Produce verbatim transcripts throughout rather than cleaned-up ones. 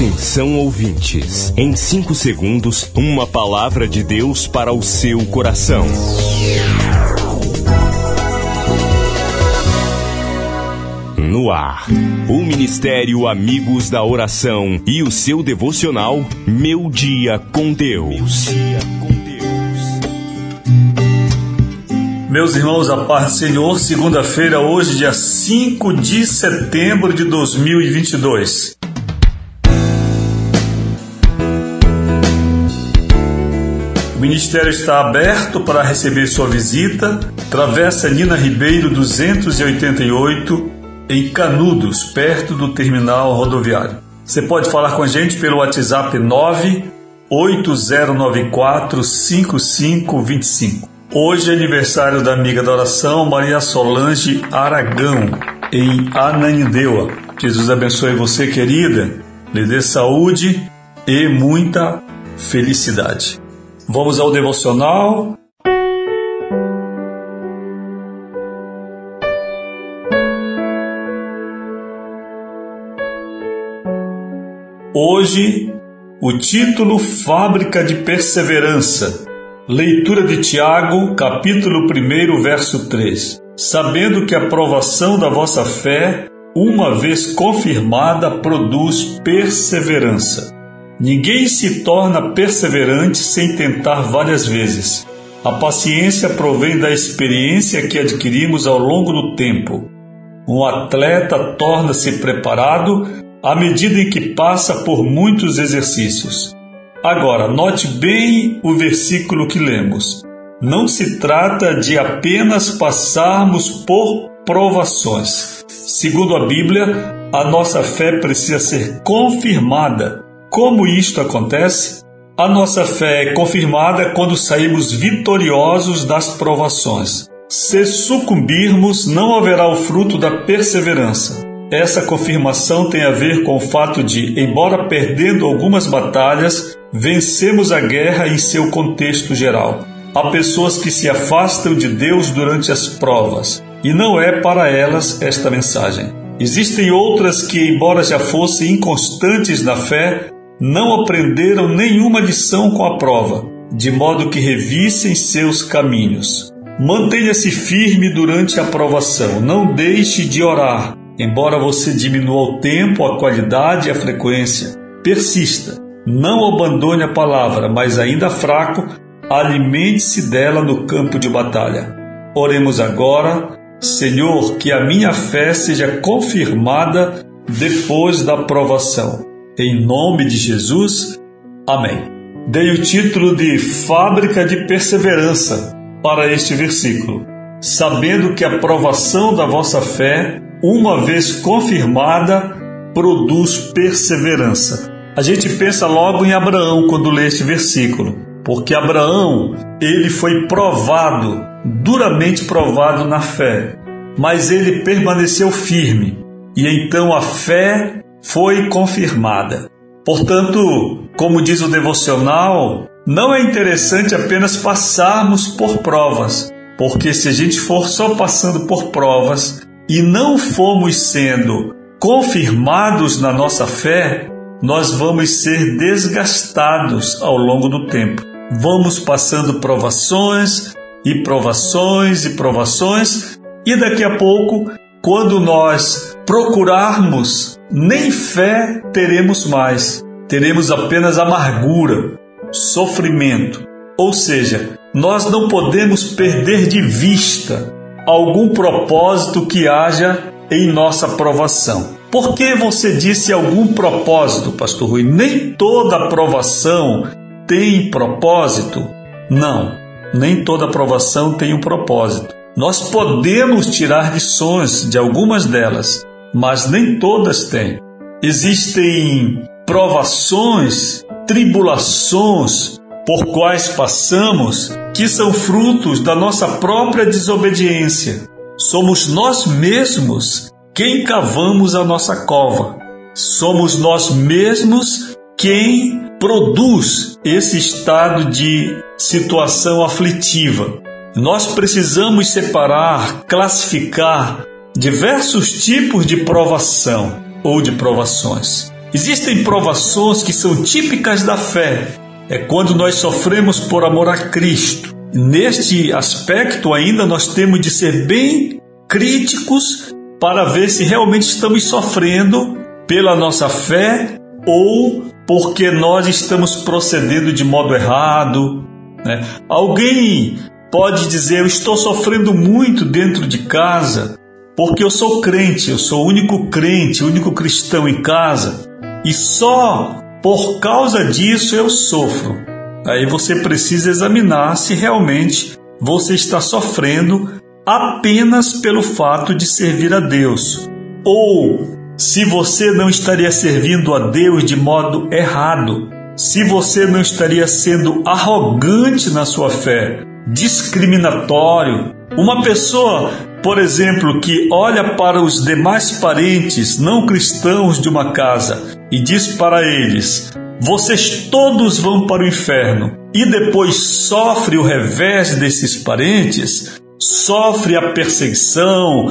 Atenção, ouvintes. Em cinco segundos, uma palavra de Deus para o seu coração. No ar, o Ministério Amigos da Oração e o seu devocional Meu Dia com Deus. Meus irmãos, a paz do Senhor, segunda-feira, hoje, dia cinco de setembro de dois mil e vinte e dois. O Ministério está aberto para receber sua visita. Travessa Nina Ribeiro duzentos e oitenta e oito, em Canudos, perto do terminal rodoviário. Você pode falar com a gente pelo WhatsApp nove oito zero nove quatro cinco cinco dois cinco. Hoje é aniversário da amiga da oração, Maria Solange Aragão, em Ananindeua. Jesus abençoe você, querida, lhe dê saúde e muita felicidade. Vamos ao devocional. Hoje, o título Fábrica de Perseverança. Leitura de Tiago, capítulo um, verso três. Sabendo que a provação da vossa fé, uma vez confirmada, produz perseverança. Ninguém se torna perseverante sem tentar várias vezes. A paciência provém da experiência que adquirimos ao longo do tempo. Um atleta torna-se preparado à medida em que passa por muitos exercícios. Agora, note bem o versículo que lemos. Não se trata de apenas passarmos por provações. Segundo a Bíblia, a nossa fé precisa ser confirmada. Como isto acontece? A nossa fé é confirmada quando saímos vitoriosos das provações. Se sucumbirmos, não haverá o fruto da perseverança. Essa confirmação tem a ver com o fato de, embora perdendo algumas batalhas, vencemos a guerra em seu contexto geral. Há pessoas que se afastam de Deus durante as provas, e não é para elas esta mensagem. Existem outras que, embora já fossem inconstantes na fé, não aprenderam nenhuma lição com a prova, de modo que revissem seus caminhos. Mantenha-se firme durante a provação, não deixe de orar. Embora você diminua o tempo, a qualidade e a frequência, persista. Não abandone a palavra, mas ainda fraco, alimente-se dela no campo de batalha. Oremos agora. Senhor, que a minha fé seja confirmada depois da provação. Em nome de Jesus, amém. Dei o título de Fábrica de Perseverança para este versículo. Sabendo que a provação da vossa fé, uma vez confirmada, produz perseverança. A gente pensa logo em Abraão quando lê este versículo, porque Abraão, ele foi provado, duramente provado na fé, mas ele permaneceu firme, e então a fé foi confirmada. Portanto, como diz o devocional, não é interessante apenas passarmos por provas, porque se a gente for só passando por provas e não formos sendo confirmados na nossa fé, nós vamos ser desgastados ao longo do tempo. Vamos passando provações e provações e provações, e daqui a pouco, quando nós procurarmos, nem fé teremos mais. Teremos apenas amargura, sofrimento. Ou seja, nós não podemos perder de vista algum propósito que haja em nossa provação. Por que você disse algum propósito, Pastor Rui? Nem toda provação tem propósito? Não, nem toda provação tem um propósito. Nós podemos tirar lições de algumas delas, mas nem todas têm. Existem provações, tribulações por quais passamos que são frutos da nossa própria desobediência. Somos nós mesmos quem cavamos a nossa cova. Somos nós mesmos quem produz esse estado de situação aflitiva. Nós precisamos separar, classificar diversos tipos de provação ou de provações. Existem provações que são típicas da fé. É quando nós sofremos por amor a Cristo. Neste aspecto ainda nós temos de ser bem críticos para ver se realmente estamos sofrendo pela nossa fé ou porque nós estamos procedendo de modo errado, né? Alguém pode dizer: eu estou sofrendo muito dentro de casa porque eu sou crente, eu sou o único crente, o único cristão em casa, e só por causa disso eu sofro. Aí você precisa examinar se realmente você está sofrendo apenas pelo fato de servir a Deus, ou se você não estaria servindo a Deus de modo errado, se você não estaria sendo arrogante na sua fé, discriminatório. Uma pessoa, por exemplo, que olha para os demais parentes não cristãos de uma casa e diz para eles: vocês todos vão para o inferno, e depois sofre o revés desses parentes, sofre a perseguição,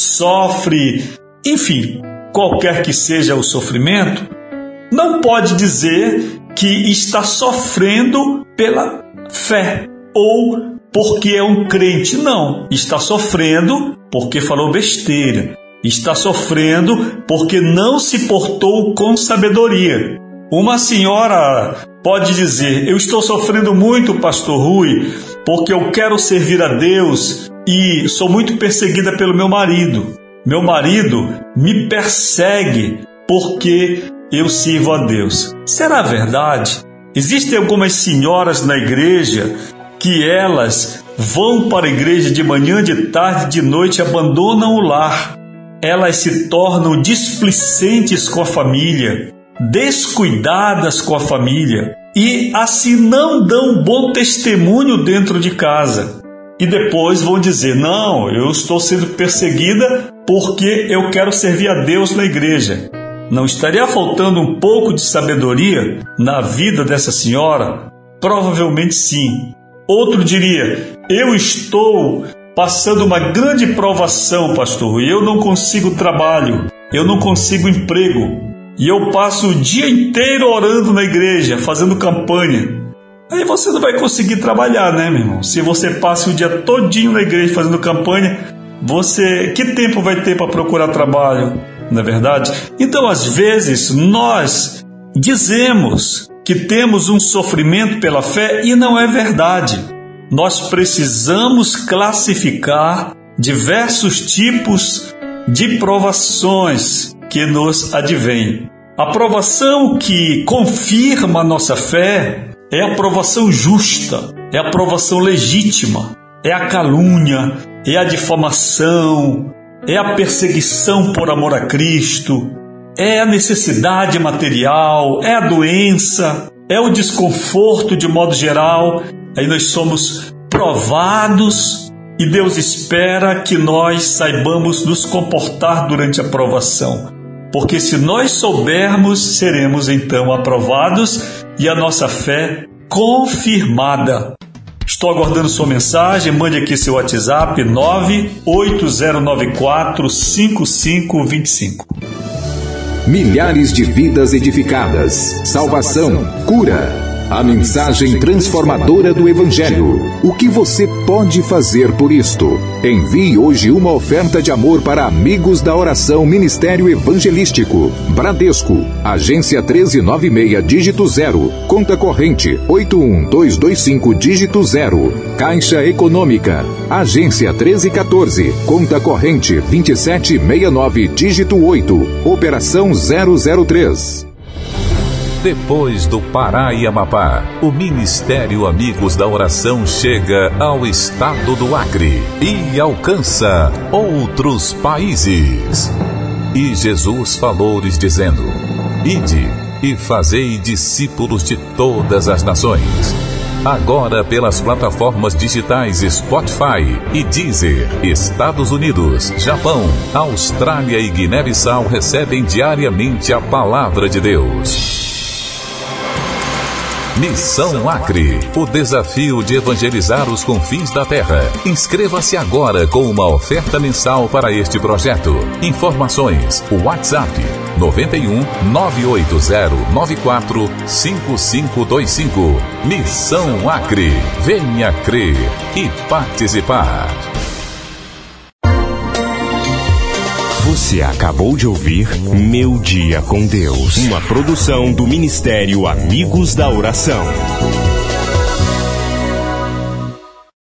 sofre, enfim, qualquer que seja o sofrimento, não pode dizer que está sofrendo pela fé ou porque é um crente. Não, está sofrendo porque falou besteira, está sofrendo porque não se portou com sabedoria. Uma senhora pode dizer: eu estou sofrendo muito, pastor Rui, porque eu quero servir a Deus e sou muito perseguida pelo meu marido. Meu marido me persegue porque eu sirvo a Deus. Será verdade? Existem algumas senhoras na igreja que elas vão para a igreja de manhã, de tarde, de noite, abandonam o lar. Elas se tornam displicentes com a família, descuidadas com a família, e assim não dão bom testemunho dentro de casa. E depois vão dizer: não, eu estou sendo perseguida porque eu quero servir a Deus na igreja. Não estaria faltando um pouco de sabedoria na vida dessa senhora? Provavelmente sim. Outro diria: eu estou passando uma grande provação, pastor, e eu não consigo trabalho, eu não consigo emprego, e eu passo o dia inteiro orando na igreja, fazendo campanha. Aí você não vai conseguir trabalhar, né, meu irmão? Se você passa o dia todinho na igreja fazendo campanha, você, que tempo vai ter para procurar trabalho, não é verdade? Então, às vezes, nós dizemos que temos um sofrimento pela fé e não é verdade. Nós precisamos classificar diversos tipos de provações que nos advêm. A provação que confirma a nossa fé é a provação justa, é a provação legítima, é a calúnia, é a difamação, é a perseguição por amor a Cristo, é a necessidade material, é a doença, é o desconforto de modo geral. Aí nós somos provados e Deus espera que nós saibamos nos comportar durante a provação. Porque se nós soubermos, seremos então aprovados e a nossa fé confirmada. Estou aguardando sua mensagem. Mande aqui seu WhatsApp nove oito zero nove quatro cinco cinco dois cinco. Milhares de vidas edificadas, salvação, cura. A mensagem transformadora do Evangelho. O que você pode fazer por isto? Envie hoje uma oferta de amor para Amigos da Oração Ministério Evangelístico. Bradesco, agência treze noventa e seis, dígito zero. Conta corrente oito um dois dois cinco, dígito zero. Caixa Econômica, agência treze quatorze. Conta corrente vinte e sete sessenta e nove, dígito oito. Operação zero zero três. Depois do Pará e Amapá, o Ministério Amigos da Oração chega ao estado do Acre e alcança outros países. E Jesus falou-lhes dizendo: Ide e fazei discípulos de todas as nações. Agora pelas plataformas digitais Spotify e Deezer, Estados Unidos, Japão, Austrália e Guiné-Bissau recebem diariamente a Palavra de Deus. Missão Acre, o desafio de evangelizar os confins da terra. Inscreva-se agora com uma oferta mensal para este projeto. Informações: WhatsApp noventa e um, nove oito zero nove quatro, cinco cinco dois cinco. Missão Acre, venha crer e participar. Você acabou de ouvir Meu Dia com Deus, uma produção do Ministério Amigos da Oração.